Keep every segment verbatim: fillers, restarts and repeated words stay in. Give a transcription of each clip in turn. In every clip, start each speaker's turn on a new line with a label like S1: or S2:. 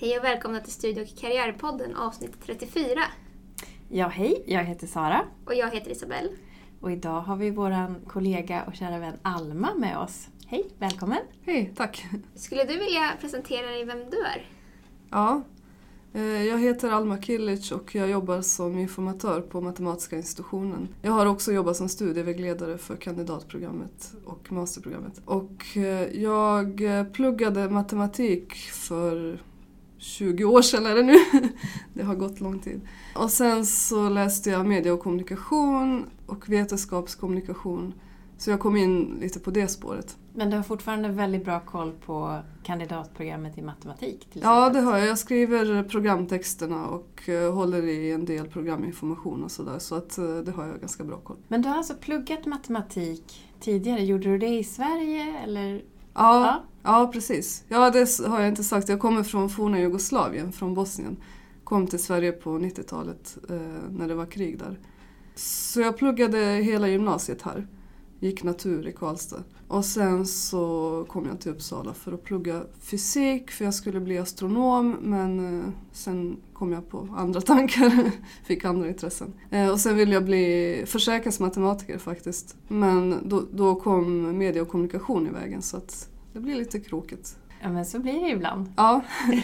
S1: Hej och välkomna till Studie- och karriärpodden avsnitt trettiofyra.
S2: Ja, hej. Jag heter Sara.
S1: Och jag heter Isabelle.
S2: Och idag har vi våran kollega och kära vän Alma med oss. Hej, välkommen.
S3: Hej, tack.
S1: Skulle du vilja presentera dig vem du är?
S3: Ja, jag heter Alma Kilic och jag jobbar som informatör på Matematiska institutionen. Jag har också jobbat som studievägledare för kandidatprogrammet och masterprogrammet. Och jag pluggade matematik för tjugo år sedan är det nu. Det har gått lång tid. Och sen så läste jag media och kommunikation och vetenskapskommunikation. Så jag kom in lite på det spåret.
S2: Men du har fortfarande väldigt bra koll på kandidatprogrammet i matematik? Till
S3: ja, det har jag. Jag skriver programtexterna och håller i en del programinformation och sådär. Så att det har jag ganska bra koll.
S2: Men du har alltså pluggat matematik tidigare. Gjorde du det i Sverige eller?
S3: Ja, ja. ja precis. Ja, det har jag inte sagt. Jag kommer från forna Jugoslavien, från Bosnien. Kom till Sverige på nittiotalet eh, när det var krig där. Så jag pluggade hela gymnasiet här. Gick natur i Karlstad. Och sen så kom jag till Uppsala för att plugga fysik. För jag skulle bli astronom. Men eh, sen kom jag på andra tankar. Fick andra intressen. Eh, och sen ville jag bli försäkringsmatematiker faktiskt. Men då, då kom media och kommunikation i vägen. Så att det blir lite krokigt.
S2: Ja, men så blir det ibland.
S3: Ja.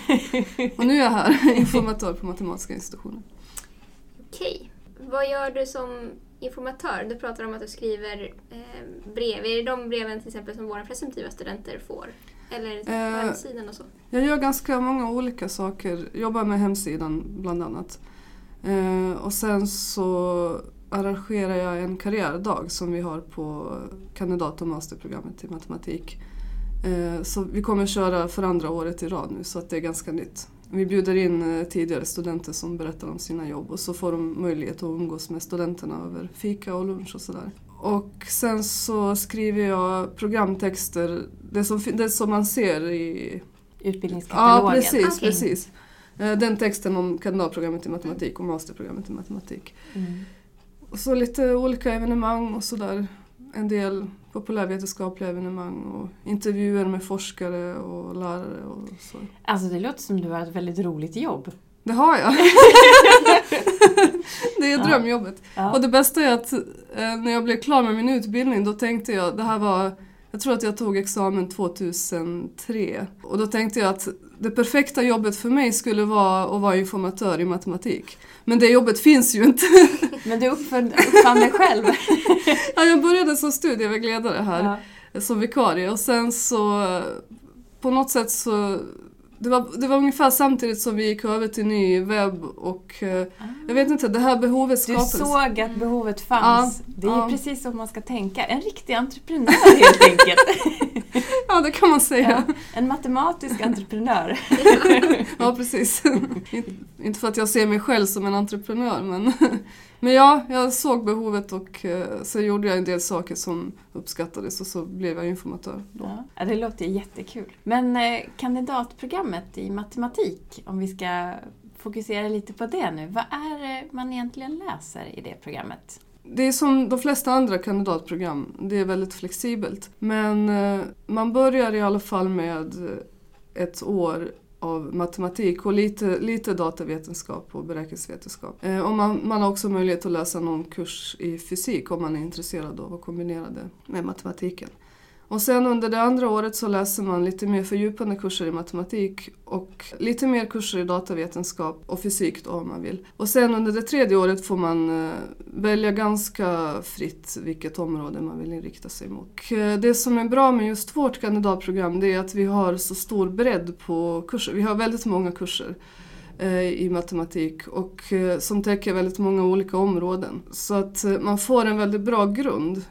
S3: Och nu är jag här. Informatör på Matematiska institutionen.
S1: Okej. Vad gör du som informatör? Du pratar om att du skriver eh, brev. Är det de breven till exempel som våra presumtiva studenter får? Eller på
S3: eh,
S1: hemsidan och så?
S3: Jag gör ganska många olika saker. Jobbar med hemsidan bland annat. Eh, och sen så arrangerar jag en karriärdag som vi har på kandidat- och masterprogrammet i matematik. Eh, så vi kommer köra för andra året i rad nu så att det är ganska nytt. Vi bjuder in tidigare studenter som berättar om sina jobb och så får de möjlighet att umgås med studenterna över fika och lunch och sådär. Och sen så skriver jag programtexter, det som, det som man ser i
S2: utbildningskatalogen.
S3: Ja, precis,
S1: okay.
S3: precis. Den texten om kandidatprogrammet i matematik och masterprogrammet i matematik.
S2: Mm.
S3: Och så lite olika evenemang och sådär. En del populärvetenskapliga evenemang och intervjuer med forskare och lärare och så.
S2: Alltså det låter som du har ett väldigt roligt jobb.
S3: Det har jag. Det är drömjobbet.
S2: Ja.
S3: Och det bästa är att eh, när jag blev klar med min utbildning då tänkte jag, det här var, jag tror att jag tog examen tvåtusentre. Och då tänkte jag att det perfekta jobbet för mig skulle vara att vara informatör i matematik. Men det jobbet finns ju inte.
S2: Men du uppfann, uppfann dig själv.
S3: Ja, jag började som studievägledare här,
S2: ja.
S3: som vikarie. Och sen så, på något sätt så, det var, det var ungefär samtidigt som vi gick över till ny webb. Och ah. jag vet inte, det här behovet skapades.
S2: Du såg att behovet fanns. Ja, det är
S3: ja.
S2: ju precis som man ska tänka. En riktig entreprenör helt enkelt.
S3: Ja, det kan man säga.
S2: Ja, en matematisk entreprenör.
S3: Ja, precis. Inte för att jag ser mig själv som en entreprenör, men, men ja, jag såg behovet och så gjorde jag en del saker som uppskattades och så blev jag informatör då.
S2: Ja, det låter jättekul. Men eh, kandidatprogrammet i matematik, om vi ska fokusera lite på det nu. Vad är det man egentligen läser i det programmet?
S3: Det är som de flesta andra kandidatprogram. Det är väldigt flexibelt. Men eh, man börjar i alla fall med ett år av matematik och lite, lite datavetenskap och beräkningsvetenskap. Eh, och man, man har också möjlighet att läsa någon kurs i fysik om man är intresserad av att kombinera det med matematiken. Och sen under det andra året så läser man lite mer fördjupande kurser i matematik och lite mer kurser i datavetenskap och fysik då om man vill. Och sen under det tredje året får man eh, välja ganska fritt vilket område man vill inrikta sig mot. Och eh, det som är bra med just vårt kandidatprogram det är att vi har så stor bredd på kurser. Vi har väldigt många kurser eh, i matematik och eh, som täcker väldigt många olika områden. Så att eh, man får en väldigt bra grund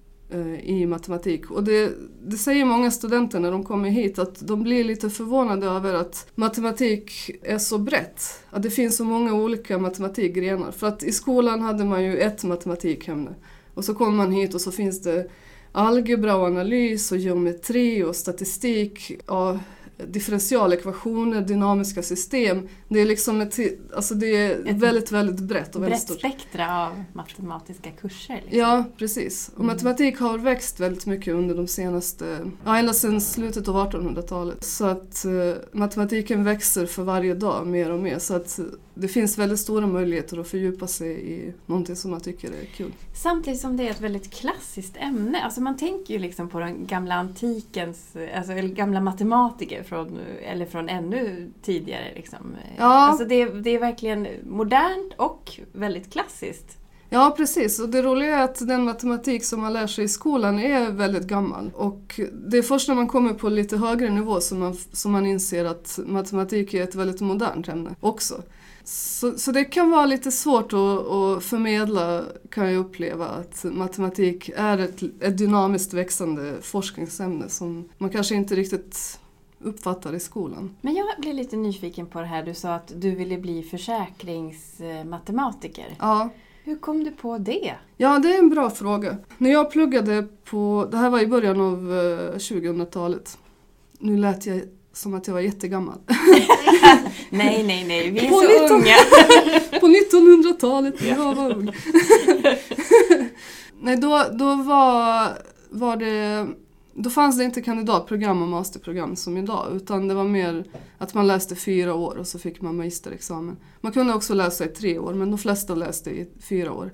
S3: i matematik. Och det, det säger många studenter när de kommer hit att de blir lite förvånade över att matematik är så brett. Att det finns så många olika matematikgrenar. För att i skolan hade man ju ett matematikämne. Och så kommer man hit och så finns det algebra och analys och geometri och statistik. Ja, differentialekvationer, dynamiska system. Det är liksom ett, alltså det är ett väldigt, väldigt brett och väldigt stort.
S2: Brett spektra av matematiska kurser. Liksom.
S3: Ja, precis. Och
S2: mm.
S3: matematik har växt väldigt mycket under de senaste, ja, ända sedan slutet av artonhundratalet. Så att uh, matematiken växer för varje dag mer och mer. Så att uh, det finns väldigt stora möjligheter att fördjupa sig i någonting som man tycker är kul.
S2: Samtidigt som det är ett väldigt klassiskt ämne. Alltså man tänker ju liksom på den gamla antikens, alltså eller gamla matematiker från, eller från ännu tidigare. Liksom.
S3: Ja.
S2: Alltså det, det är verkligen modernt och väldigt klassiskt.
S3: Ja, precis. Och det roliga är att den matematik som man lär sig i skolan är väldigt gammal. Och det är först när man kommer på lite högre nivå som man, som man inser att matematik är ett väldigt modernt ämne också. Så, så det kan vara lite svårt att, att förmedla, kan jag uppleva, att matematik är ett, ett dynamiskt växande forskningsämne som man kanske inte riktigt uppfattar i skolan.
S2: Men jag blir lite nyfiken på det här. Du sa att du ville bli försäkringsmatematiker.
S3: Ja.
S2: Hur kom du på det?
S3: Ja, det är en bra fråga. När jag pluggade på, det här var i början av tjugohundratalet. Nu lät jag som att jag var jättegammal.
S2: nej, nej, nej. Vi är
S3: på
S2: så
S3: nitton
S2: unga.
S3: På nittonhundratalet, jag var ung. Nej, då, då var, var det... Då fanns det inte kandidatprogram och masterprogram som idag, utan det var mer att man läste fyra år och så fick man magisterexamen. Man kunde också läsa i tre år, men de flesta läste i fyra år.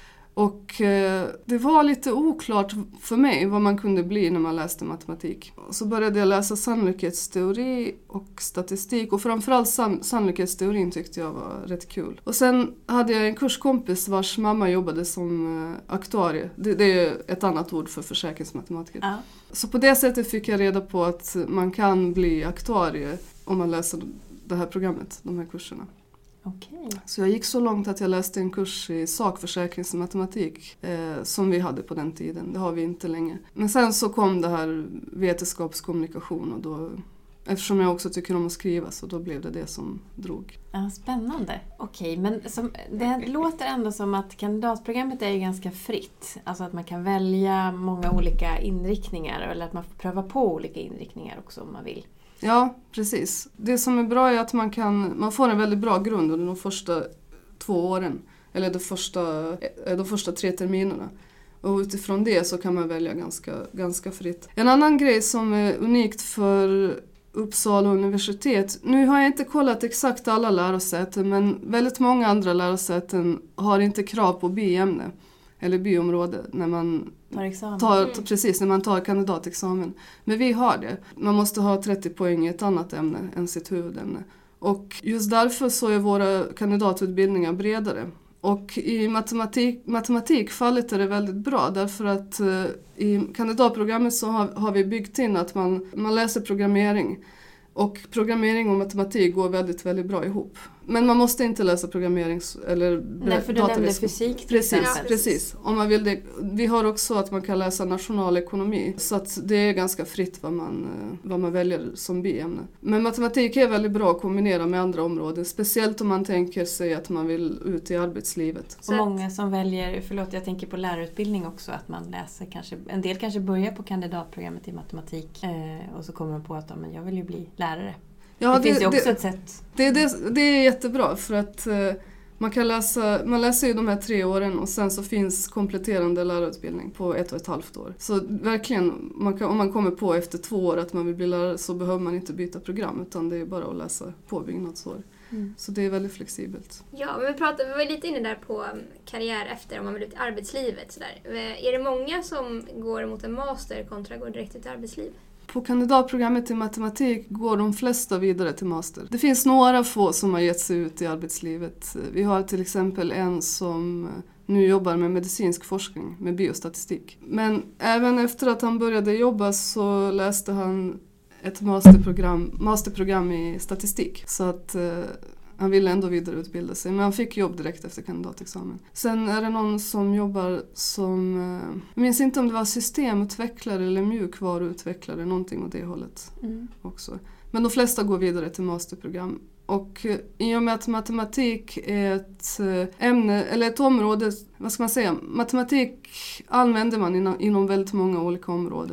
S3: Och eh, det var lite oklart för mig vad man kunde bli när man läste matematik. Och så började jag läsa sannolikhetsteori och statistik, och framförallt san- sannolikhetsteorin tyckte jag var rätt kul. Och sen hade jag en kurskompis vars mamma jobbade som eh, aktuarie. Det, det är ett annat ord för försäkringsmatematiker.
S2: Ja.
S3: Så på det sättet fick jag reda på att man kan bli aktuarie om man läser det här programmet, de här kurserna.
S2: Okej.
S3: Så jag gick så långt att jag läste en kurs i sakförsäkringsmatematik eh, som vi hade på den tiden. Det har vi inte längre. Men sen så kom det här vetenskapskommunikation, och då, eftersom jag också tycker om att skriva, så då blev det det som drog.
S2: Ja, spännande. Okej, men som, det låter ändå som att kandidatprogrammet är ju ganska fritt. Alltså att man kan välja många olika inriktningar, eller att man får pröva på olika inriktningar också om man vill.
S3: Ja, precis. Det som är bra är att man kan man får en väldigt bra grund under de första två åren. Eller de första, de första tre terminerna. Och utifrån det så kan man välja ganska, ganska fritt. En annan grej som är unikt för Uppsala universitet. Nu har jag inte kollat exakt alla lärosäten, men väldigt många andra lärosäten har inte krav på biämne eller byområde när man
S2: tar examen.
S3: Tar, precis, när man tar kandidatexamen. Men vi har det. Man måste ha trettio poäng i ett annat ämne än sitt huvudämne. Och just därför så är våra kandidatutbildningar bredare. Och i matematik, matematikfallet är det väldigt bra, därför att eh, i kandidatprogrammet så har, har vi byggt in att man, man läser programmering. Och programmering och matematik går väldigt, väldigt bra ihop. Men man måste inte läsa programmering eller
S2: Nej, för du nämnde fysik till
S3: precis,
S2: exempel.
S3: precis. Om man vill det. Vi har också att man kan läsa nationalekonomi. Så att det är ganska fritt vad man, vad man väljer som biämne. Men matematik är väldigt bra att kombinera med andra områden. Speciellt om man tänker sig att man vill ut i arbetslivet.
S2: Och många som väljer, förlåt jag tänker på lärarutbildning också, att man läser kanske, en del kanske börjar på kandidatprogrammet i matematik eh, och så kommer man på att men jag vill ju bli lärare. Ja, det, det finns ju också
S3: det,
S2: ett sätt.
S3: Det, det, det är jättebra för att eh, man kan läsa, man läser ju de här tre åren och sen så finns kompletterande lärarutbildning på ett och ett halvt år. Så verkligen, man kan, om man kommer på efter två år att man vill bli lärare så behöver man inte byta program, utan det är bara att läsa påbyggnadsår. Mm. Så det är väldigt flexibelt.
S1: Ja, men vi, pratade, vi var lite inne där på karriär efter om man vill ut i arbetslivet. Så där. Är det många som går mot en master kontra går direkt ut i arbetsliv?
S3: På kandidatprogrammet i matematik går de flesta vidare till master. Det finns några få som har gett sig ut i arbetslivet. Vi har till exempel en som nu jobbar med medicinsk forskning, med biostatistik. Men även efter att han började jobba så läste han ett masterprogram, masterprogram i statistik. Så att eh, han ville ändå vidareutbilda sig, men han fick jobb direkt efter kandidatexamen. Sen är det någon som jobbar som, eh, jag minns inte om det var systemutvecklare eller mjukvaruutvecklare, någonting åt det hållet mm. också. Men de flesta går vidare till masterprogram. Och eh, i och med att matematik är ett eh, ämne, eller ett område, vad ska man säga, matematik använder man inom, inom väldigt många olika områden.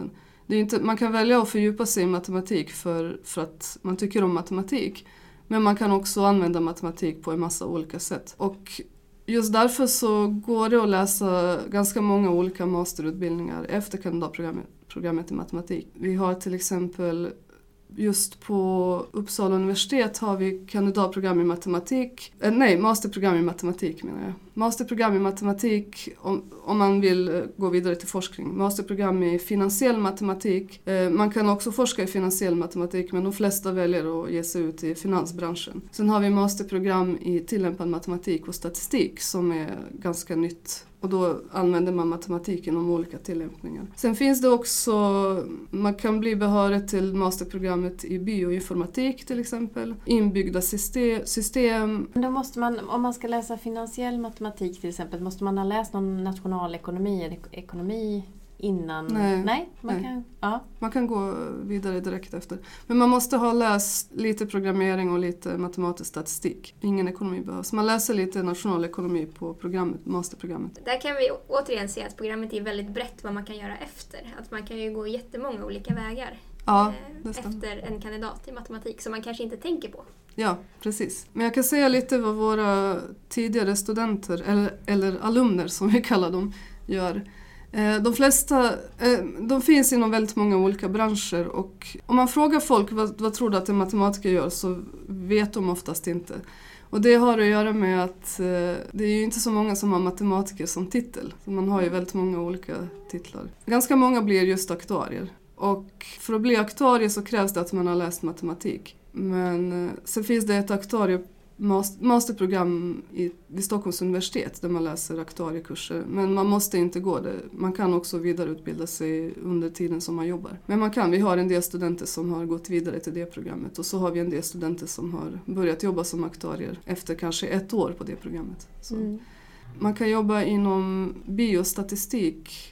S3: Det är inte, man kan välja att fördjupa sig i matematik för, för att man tycker om matematik. Men man kan också använda matematik på en massa olika sätt. Och just därför så går det att läsa ganska många olika masterutbildningar efter kandidatprogrammet programmet i matematik. Vi har till exempel just på Uppsala universitet har vi kandidatprogram i matematik. Eh, nej, masterprogram i matematik menar jag. Masterprogram i matematik om, om man vill gå vidare till forskning. Masterprogram i finansiell matematik. Eh, man kan också forska i finansiell matematik men de flesta väljer att ge sig ut i finansbranschen. Sen har vi masterprogram i tillämpad matematik och statistik som är ganska nytt. Och då använder man matematiken om olika tillämpningar. Sen finns det också, man kan bli behörig till masterprogrammet i bioinformatik till exempel. Inbyggda system. system.
S2: Då måste man, om man ska läsa finansiell matematik till exempel, måste man ha läst någon nationalekonomi eller ekonomi innan?
S3: Nej,
S2: Nej, man,
S3: nej.
S2: Kan, ja.
S3: man kan gå vidare direkt efter. Men man måste ha läst lite programmering och lite matematisk statistik. Ingen ekonomi behövs. Man läser lite nationalekonomi på programmet, masterprogrammet.
S1: Där kan vi återigen se att programmet är väldigt brett vad man kan göra efter. Att man kan ju gå jättemånga olika vägar
S3: Ja,
S1: eh, efter en kandidat i matematik som man kanske inte tänker på.
S3: Ja, precis. Men jag kan säga lite vad våra tidigare studenter, eller, eller alumner som vi kallar dem, gör. De flesta, de finns inom väldigt många olika branscher och om man frågar folk vad, vad tror du att en matematiker gör så vet de oftast inte. Och det har att göra med att det är ju inte så många som har matematiker som titel. Så man har ju väldigt många olika titlar. Ganska många blir just aktuarier. Och för att bli aktuarie så krävs det att man har läst matematik. Men sen finns det ett aktuarie masterprogram i, vid Stockholms universitet där man läser aktuariekurser. Men man måste inte gå det. Man kan också vidareutbilda sig under tiden som man jobbar. Men man kan. Vi har en del studenter som har gått vidare till det programmet. Och så har vi en del studenter som har börjat jobba som aktuarier efter kanske ett år på det programmet. Så. Mm. Man kan jobba inom biostatistik.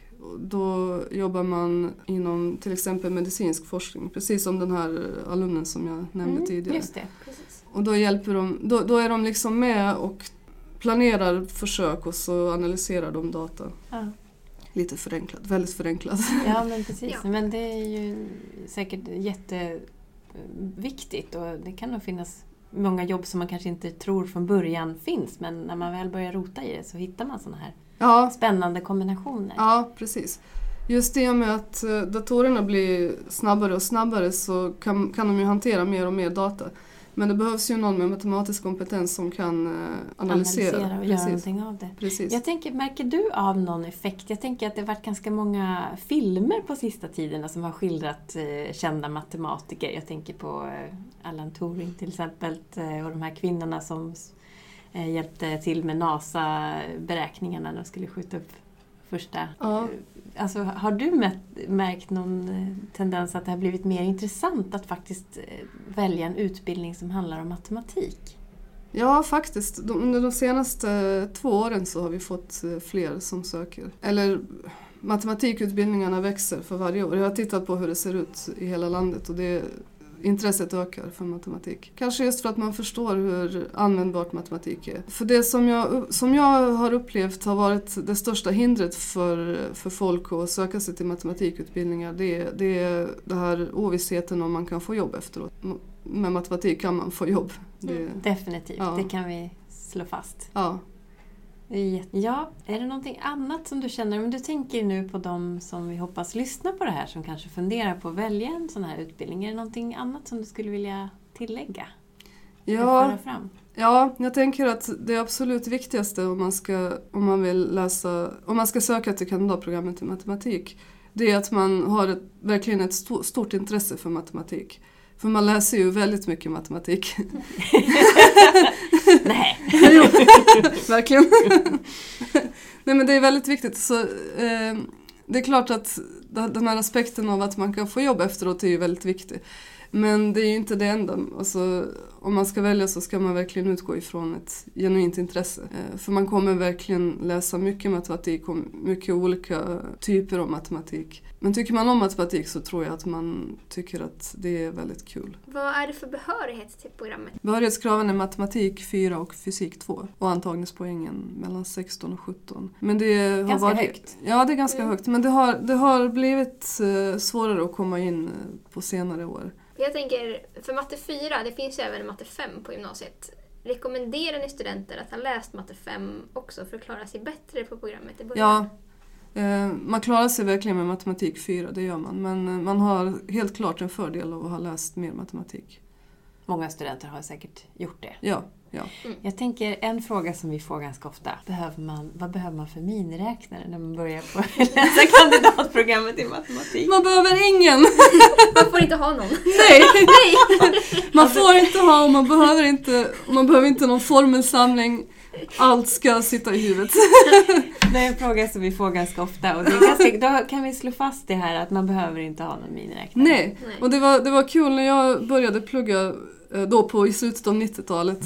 S3: Då jobbar man inom till exempel medicinsk forskning. Precis som den här alumnen som jag nämnde mm, tidigare.
S2: Just det, precis.
S3: Och då, hjälper de, då, då är de liksom med och planerar försök och så analyserar de data. Ja. Lite förenklat, väldigt förenklat.
S2: Ja, men precis. Ja. Men det är ju säkert jätteviktigt och det kan nog finnas många jobb som man kanske inte tror från början finns. Men när man väl börjar rota i det så hittar man såna här ja. spännande kombinationer.
S3: Ja, precis. Just det med att datorerna blir snabbare och snabbare så kan, kan de ju hantera mer och mer data. Men det behövs ju någon med matematisk kompetens som kan uh, analysera.
S2: Analysera och göra någonting av det.
S3: Precis.
S2: Jag tänker, märker du av någon effekt? Jag tänker att det har varit ganska många filmer på sista tiden som har skildrat uh, kända matematiker. Jag tänker på uh, Alan Turing till exempel uh, och de här kvinnorna som uh, hjälpte till med NASA-beräkningarna när de skulle skjuta upp första.
S3: Ja.
S2: Alltså, har du märkt, märkt någon tendens att det har blivit mer intressant att faktiskt välja en utbildning som handlar om matematik?
S3: Ja, faktiskt. De, under de senaste två åren så har vi fått fler som söker. Eller matematikutbildningarna växer för varje år. Jag har tittat på hur det ser ut i hela landet och det intresset ökar för matematik. Kanske just för att man förstår hur användbart matematik är. För det som jag, som jag har upplevt har varit det största hindret för, för folk att söka sig till matematikutbildningar. Det, det är det här ovissheten om man kan få jobb efteråt. Med matematik kan man få jobb. Det,
S2: mm, definitivt, ja. Det kan vi slå fast.
S3: Ja.
S2: Ja, är det någonting annat som du känner, men du tänker nu på dem som vi hoppas lyssna på det här som kanske funderar på att välja en sån här utbildning. Är det någonting annat som du skulle vilja tillägga?
S3: Ja, fram? ja, jag tänker att det absolut viktigaste om man ska, om man vill läsa, om man ska söka till kandidatprogrammet i matematik, det är att man har ett, verkligen ett stort, stort intresse för matematik. För man läser ju väldigt mycket matematik.
S2: Nej.
S3: Jo, verkligen. Nej, men det är väldigt viktigt. Så, eh, det är klart att den här aspekten av att man kan få jobb efteråt är ju väldigt viktig. Men det är ju inte det enda. Alltså, om man ska välja så ska man verkligen utgå ifrån ett genuint intresse. För man kommer verkligen läsa mycket matematik och mycket olika typer av matematik. Men tycker man om matematik så tror jag att man tycker att det är väldigt kul.
S1: Vad är det för behörighet till programmet?
S3: Behörighetskraven är matematik fyra och fysik två. Och antagningspoängen mellan sexton och sjutton. Men det har
S2: ganska
S3: varit,
S2: högt.
S3: Ja, det är ganska mm. högt. Men det har, det har blivit eh, svårare att komma in på senare år.
S1: Jag tänker, för matte fyra, det finns ju även matte fem på gymnasiet. Rekommenderar ni studenter att ha läst matte fem också för att klara sig bättre på programmet i början?
S3: Ja, eh, man klarar sig verkligen med matematik fyra, det gör man. Men man har helt klart en fördel av att ha läst mer matematik.
S2: Många studenter har säkert gjort det.
S3: Ja. Ja.
S2: Mm. Jag tänker en fråga som vi får ganska ofta. Behöver man, vad behöver man för miniräknare när man börjar på läsa kandidatprogrammet i matematik?
S3: Man behöver ingen.
S1: Man får inte ha någon.
S3: Nej. Nej. Man får inte ha och man behöver inte, man behöver inte någon formelsamling. Allt ska sitta i huvudet.
S2: Det är en fråga som vi får ganska ofta. Och det är ganska, då kan vi slå fast det här att man behöver inte ha någon miniräknare.
S3: Nej, Nej. Och det var, det var kul när jag började plugga då på i slutet av nittiotalet.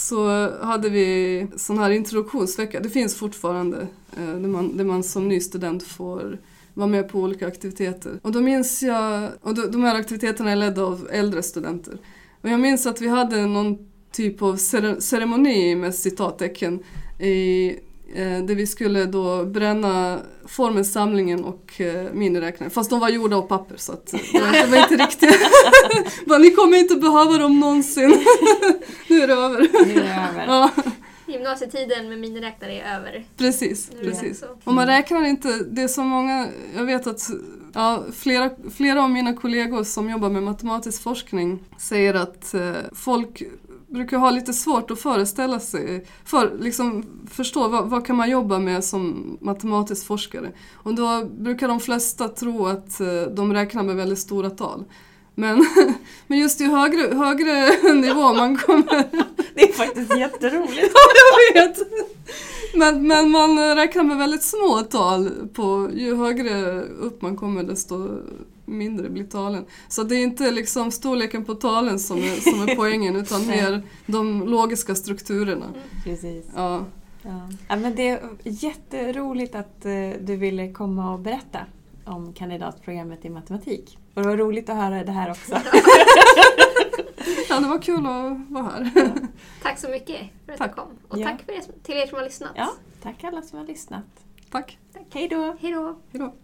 S3: Så hade vi sån här introduktionsvecka. Det finns fortfarande där man, där man som ny student får vara med på olika aktiviteter. Och då minns jag, och då, de här aktiviteterna är ledda av äldre studenter. Och jag minns att vi hade någon typ av ceremoni med citattecken i, eh, där vi skulle då bränna formelsamlingen och eh, miniräknaren. Fast de var gjorda av papper så att eh, det var inte riktigt. Men ni kommer inte behöva dem någonsin. Nu är det över.
S2: Nu är det över.
S1: Ja. Gymnasietiden med miniräknare är över.
S3: Precis, precis. Och man räknar inte, det är så många, jag vet att ja, flera, flera av mina kollegor som jobbar med matematisk forskning säger att eh, folk brukar ha lite svårt att föreställa sig, för liksom förstå vad, vad kan man jobba med som matematisk forskare. Och då brukar de flesta tro att eh, de räknar med väldigt stora tal. Men, men just i högre, högre nivå man kommer...
S2: Det är faktiskt jätteroligt.
S3: Ja, jag vet. Men, men man räknar med väldigt små tal. På, ju högre upp man kommer desto mindre blir talen. Så det är inte liksom storleken på talen som är, som är poängen utan mer de logiska strukturerna.
S2: Mm. Precis.
S3: Ja.
S2: Ja. Ja, men det är jätteroligt att uh, du ville komma och berätta om kandidatprogrammet i matematik. Och det var roligt att höra det här också.
S3: Ja, det var kul att vara här.
S1: Ja. Tack så mycket för att
S3: tack.
S1: du kom. Och
S2: ja.
S1: tack för er, till er som har lyssnat.
S2: Ja, tack alla som har lyssnat.
S3: Tack.
S2: Tack. Hej då.
S1: Hej då.
S3: Hej då.